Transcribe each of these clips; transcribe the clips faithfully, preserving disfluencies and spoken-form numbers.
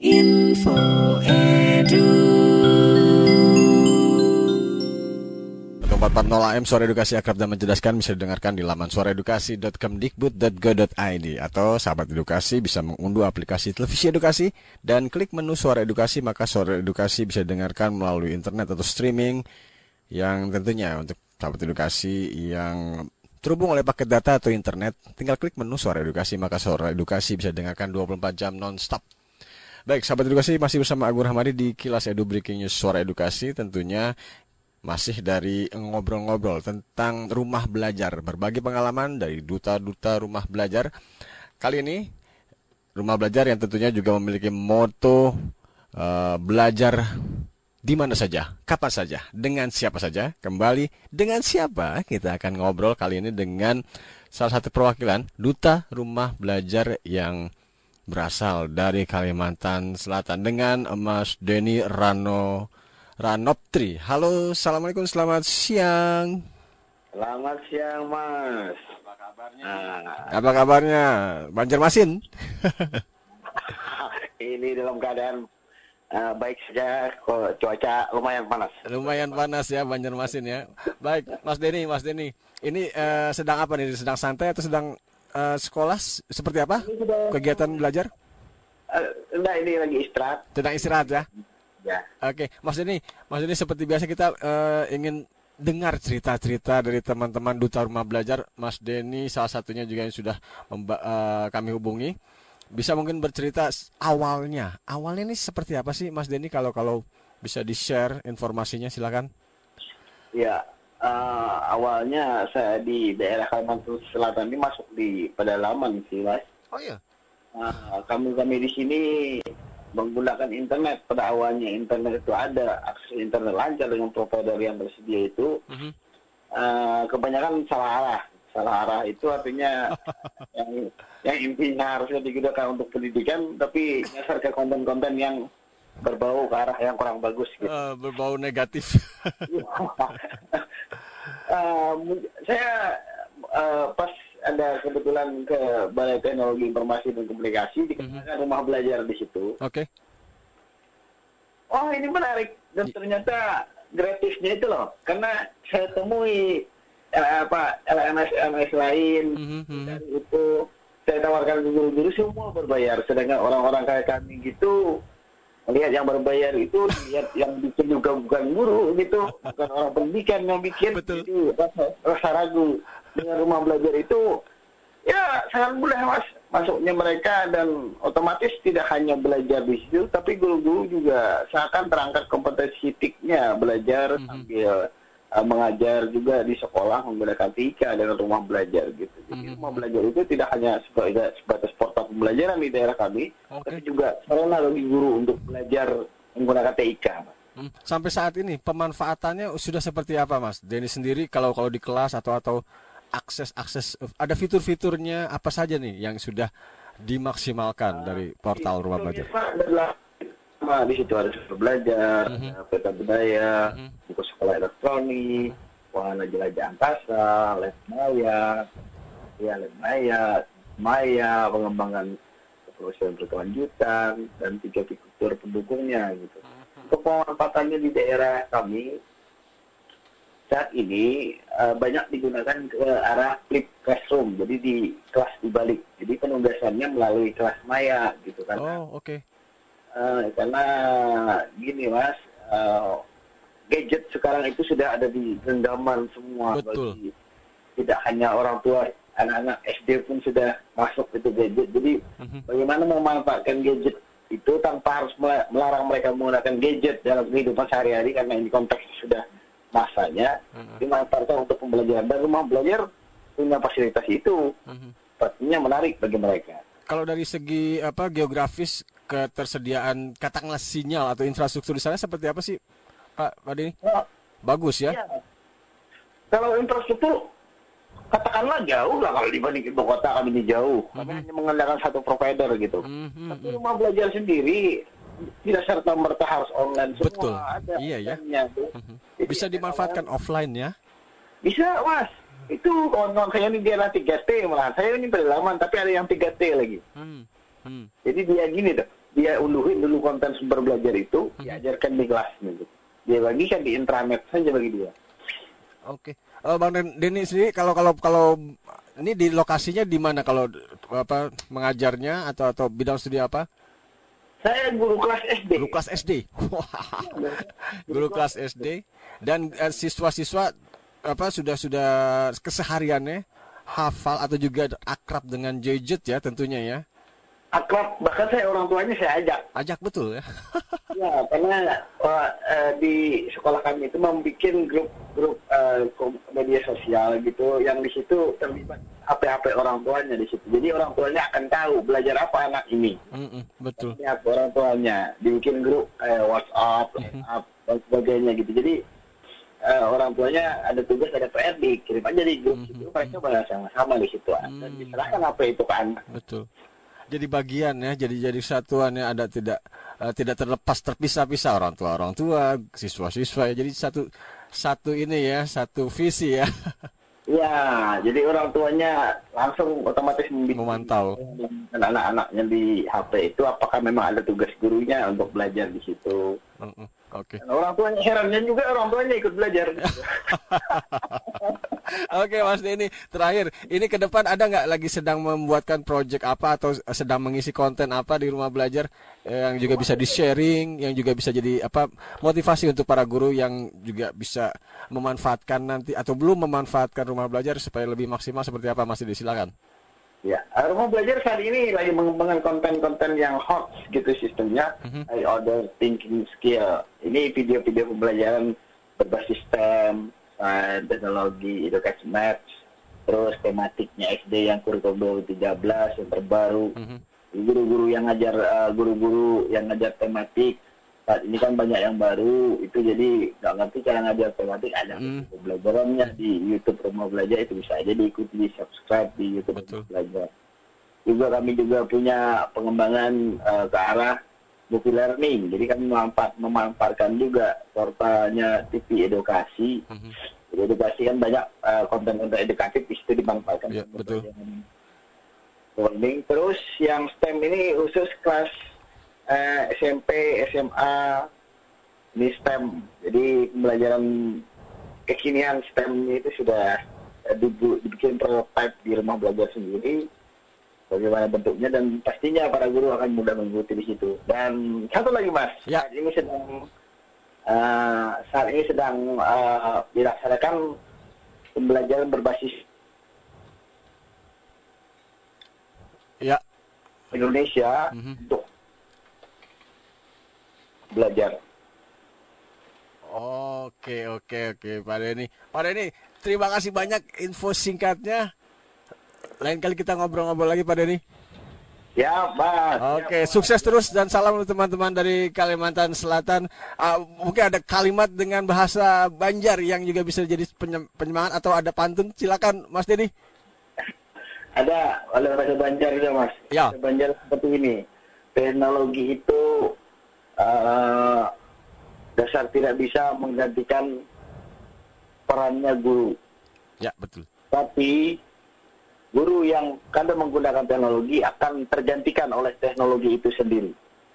Info Edu. empat empat nol A M Suara Edukasi Akrab dan Mencerdaskan bisa didengarkan di laman suaraedukasi dot kemdikbud dot go dot i d atau sahabat edukasi bisa mengunduh aplikasi televisi edukasi dan klik menu Suara Edukasi, maka Suara Edukasi bisa didengarkan melalui internet atau streaming yang tentunya untuk sahabat edukasi yang terhubung oleh paket data atau internet, tinggal klik menu Suara Edukasi, maka Suara Edukasi bisa didengarkan dua puluh empat jam non-stop. Baik, sahabat edukasi, masih bersama Agung Rahmadi di Kilas Edu Breaking News Suara Edukasi, tentunya masih dari ngobrol-ngobrol tentang rumah belajar, berbagi pengalaman dari duta-duta rumah belajar. Kali ini rumah belajar yang tentunya juga memiliki moto uh, belajar di mana saja, kapan saja, dengan siapa saja. Kembali dengan siapa kita akan ngobrol kali ini dengan salah satu perwakilan duta rumah belajar yang berasal dari Kalimantan Selatan dengan Mas Denny Rano Ranoptri. Halo, assalamualaikum, selamat siang. Selamat siang, Mas. Apa kabarnya? Nah. Apa kabarnya, Banjarmasin? Ini dalam keadaan uh, baik saja, kok cuaca lumayan panas. Lumayan panas ya, Banjarmasin ya. Baik, Mas Denny, Mas Denny. Ini uh, sedang apa nih? Sedang santai atau sedang uh, sekolah? Seperti apa? Kegiatan belajar? Uh, enggak, ini lagi istirahat. Sedang istirahat ya? Ya. Oke, Mas Denny, Mas Denny seperti biasa kita uh, ingin dengar cerita-cerita dari teman-teman duta rumah belajar. Mas Denny salah satunya juga yang sudah memba- uh, kami hubungi. Bisa mungkin bercerita awalnya. Awalnya ini seperti apa sih, Mas Denny? Kalau kalau bisa di-share informasinya, silakan. Ya, uh, awalnya saya di daerah Kalimantan Selatan ini masuk di pedalaman sih, Mas. Oh iya. Uh, kami-kami di sini menggunakan internet. Pada awalnya internet itu ada, akses internet lancar dengan provider yang tersedia itu. Uh-huh. uh, kebanyakan salah arah. Salah arah itu artinya yang, yang intinya harusnya digunakan untuk pendidikan, tapi nyasar ke konten-konten yang berbau ke arah yang kurang bagus gitu. Uh, berbau negatif. uh, saya uh, pas ada kebetulan ke Balai Teknologi Informasi dan Komunikasi, dikenakan mm-hmm. rumah belajar di situ. Oke. Okay. Oh, ini menarik dan ternyata gratisnya itu loh, karena saya temui eh, apa L M S L M S lain mm-hmm. dari itu saya tawarkan ke guru-guru semua berbayar, sedangkan orang-orang kayak kami gitu melihat yang berbayar itu, lihat yang bikin juga bukan guru gitu, bukan orang pendidikan yang bikin. Betul. Itu rasa, rasa ragu. Dengan rumah belajar itu ya sangat mudah, Mas, masuknya mereka, dan otomatis tidak hanya belajar di situ, tapi guru-guru juga seakan terangkat kompetensitiknya belajar mm-hmm. sambil uh, mengajar juga di sekolah menggunakan T I K A dengan rumah belajar gitu. Jadi mm-hmm. rumah belajar itu tidak hanya sebagai sebatas portal pembelajaran di daerah kami, okay. tapi juga sarana bagi guru untuk belajar menggunakan T I K A. Hmm. Sampai saat ini pemanfaatannya sudah seperti apa, Mas Denny sendiri, kalau kalau di kelas atau atau akses-akses, ada fitur-fiturnya apa saja nih yang sudah dimaksimalkan uh, dari portal rumah belajar? Nah, di situ ada sumber belajar, uh-huh. peta budaya, uh-huh. buku sekolah elektronik, uh-huh. wahana jelajah angkasa, lab maya, ya lab maya, maya, pengembangan keprofesian berkelanjutan, dan tiga fitur pendukungnya gitu. Uh-huh. Untuk pemanfaatannya di daerah kami saat ini uh, banyak digunakan ke arah flip classroom, jadi di kelas dibalik, jadi penugasannya melalui kelas maya gitu kan. Oh, oke. Okay. Uh, karena gini, Mas, uh, gadget sekarang itu sudah ada di genggaman semua. Betul. Bagi, tidak hanya orang tua, anak-anak S D pun sudah masuk itu gadget. Jadi uh-huh. bagaimana memanfaatkan gadget itu tanpa harus melarang mereka menggunakan gadget dalam kehidupan sehari-hari, karena ini konteks sudah masanya uh-huh. dimanfaatkan untuk pembelajaran, dan rumah belajar punya fasilitas itu, uh-huh. pastinya menarik bagi mereka. Kalau dari segi apa geografis, ketersediaan katakanlah sinyal atau infrastruktur di sana seperti apa sih, Pak Pak Denny? Nah, bagus ya? Iya. Kalau infrastruktur katakanlah jauh lah kalau dibanding ibu kota kami ini jauh, uh-huh. kami hanya mengandalkan satu provider gitu. Uh-huh. Tapi rumah belajar sendiri tidak serta merta harus online semua. Betul. Ada iya ya. Uh-huh. Bisa dimanfaatkan awal, offline ya? Bisa, Mas. Itu kawan-kawan saya ini dia tiga T malah. Saya ini pedalaman tapi ada yang tiga T lagi. Hmm. Hmm. Jadi dia gini tuh. dia unduhin dulu konten sumber belajar itu, Hmm. diajarkan di kelasnya gitu. Dia bagikan di intranet saja bagi dia. Oke. Eh, Bang Den- Denny sendiri kalau kalau kalau ini di lokasinya di mana kalau apa mengajarnya atau atau bidang studi apa? Saya guru kelas S D. Guru kelas S D. Guru kelas S D dan eh, siswa-siswa apa sudah sudah kesehariannya hafal atau juga akrab dengan gadget ya tentunya ya. Akrab, bahkan saya orang tuanya saya ajak. Ajak betul ya. Ya, karena uh, uh, di sekolah kami itu membuat grup-grup uh, media sosial gitu, yang di situ terlibat H P-H P orang tuanya di situ. Jadi orang tuanya akan tahu belajar apa anak ini. Mm-mm, betul. Ya, orang tuanya dibikin grup kayak WhatsApp, WhatsApp dan sebagainya gitu. Jadi uh, orang tuanya ada tugas, ada P R, dikirim aja di grup Mhm. situ. Mereka bahas sama-sama di situ dan Hmm. diserahkan H P itu ke anak. Betul. Jadi bagian ya, jadi jadi satuan ya, ada tidak eh, tidak terlepas terpisah-pisah orang tua orang tua, siswa-siswa ya. Jadi satu satu ini ya, satu visi ya. Ya, jadi orang tuanya langsung otomatis membimbing Memantau. anak-anaknya di H P itu apakah memang ada tugas gurunya untuk belajar di situ. Mm-mm, Oke. Dan orang tuanya herannya juga orang tuanya ikut belajar. Oke Mas Denny, terakhir ini ke depan ada nggak lagi sedang membuatkan project apa atau sedang mengisi konten apa di rumah belajar eh, yang juga bisa di sharing, yang juga bisa jadi apa motivasi untuk para guru yang juga bisa memanfaatkan nanti atau belum memanfaatkan rumah belajar supaya lebih maksimal seperti apa Mas Denny, silakan. Ya, rumah belajar saat ini lagi mengembangkan konten-konten yang hot gitu sistemnya, Mhm. kayak order thinking skill. Ini video-video pembelajaran berbasis STEM, sains, teknologi, edukasi maths, terus tematiknya S D yang kurikulum dua ribu tiga belas yang terbaru. Mhm. Guru-guru yang ngajar, uh, guru-guru yang ngajar tematik saat ini kan banyak yang baru, itu jadi nggak ngerti cara ngajar tematik, ada Mm. pembelajarannya di YouTube Rumah Belajar, itu bisa aja diikuti, di subscribe di YouTube Betul. Rumah Belajar. Juga kami juga punya pengembangan uh, ke arah multi learning, jadi kami memanfaat, memanfaatkan juga portalnya T V Edukasi. Mhm. Jadi edukasi kan banyak uh, konten-konten edukatif di situ dimanfaatkan. Ya, untuk betul. pembelajaran learning. Terus yang STEM ini khusus kelas eh, S M P, S M A, ini STEM. Jadi pembelajaran kekinian STEM itu sudah eh, dibu- dibikin prototype di rumah belajar sendiri. Bagaimana bentuknya dan pastinya para guru akan mudah mengikuti di situ. Dan satu lagi Mas, Ya. saat ini sedang eh, saat ini sedang eh, dilaksanakan pembelajaran berbasis Ya. Indonesia Mhm. untuk belajar. Oke, oke, oke, Pak Denny. Pak Denny, terima kasih banyak info singkatnya. Lain kali kita ngobrol-ngobrol lagi, Pak Denny. Ya, Mas. Oke, sukses terus dan salam untuk teman-teman dari Kalimantan Selatan. Ah, mungkin ada kalimat dengan bahasa Banjar yang juga bisa jadi penye- penyemangat atau ada pantun. Silakan, Mas Denny. Ada oleh bahasa Banjar juga, Mas. Ya. Bahasa Banjar seperti ini. Teknologi itu eh, dasar tidak bisa menggantikan perannya guru. Ya, betul. Tapi guru yang kadang menggunakan teknologi akan tergantikan oleh teknologi itu sendiri.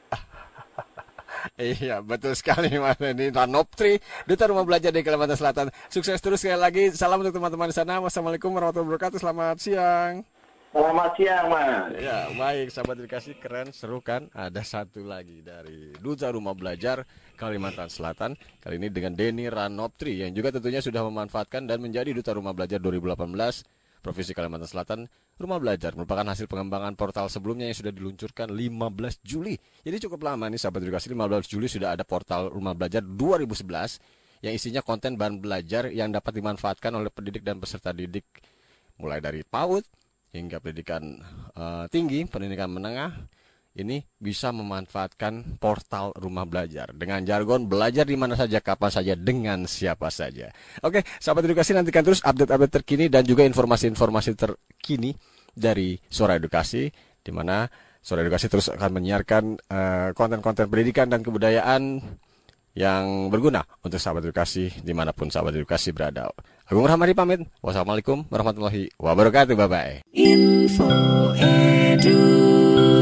Iya, betul sekali Mas Denny. Ranoptri, Duta Rumah Belajar di Kalimantan Selatan. Sukses terus sekali lagi. Salam untuk teman-teman di sana. Wassalamualaikum warahmatullahi wabarakatuh. Selamat siang. Selamat siang, Mas. Ya, baik, sahabat edukasi, keren, seru kan? Ada satu lagi dari Duta Rumah Belajar Kalimantan Selatan. Kali ini dengan Denny Ranoptri yang juga tentunya sudah memanfaatkan dan menjadi Duta Rumah Belajar dua ribu delapan belas Provinsi Kalimantan Selatan. Rumah Belajar merupakan hasil pengembangan portal sebelumnya yang sudah diluncurkan lima belas Juli. Jadi cukup lama nih sahabat edukasi, lima belas Juli sudah ada portal Rumah Belajar dua ribu sebelas yang isinya konten bahan belajar yang dapat dimanfaatkan oleh pendidik dan peserta didik mulai dari PAUD hingga pendidikan uh, tinggi, pendidikan menengah. Ini bisa memanfaatkan portal Rumah Belajar dengan jargon belajar di mana saja, kapan saja, dengan siapa saja. Oke, sahabat edukasi, nantikan terus update-update terkini dan juga informasi-informasi terkini dari Suara Edukasi, di mana Suara Edukasi terus akan menyiarkan uh, konten-konten pendidikan dan kebudayaan yang berguna untuk sahabat edukasi dimanapun sahabat edukasi berada. Agung Rahmadi pamit. Wassalamualaikum warahmatullahi wabarakatuh. Bye-bye. Info Edu.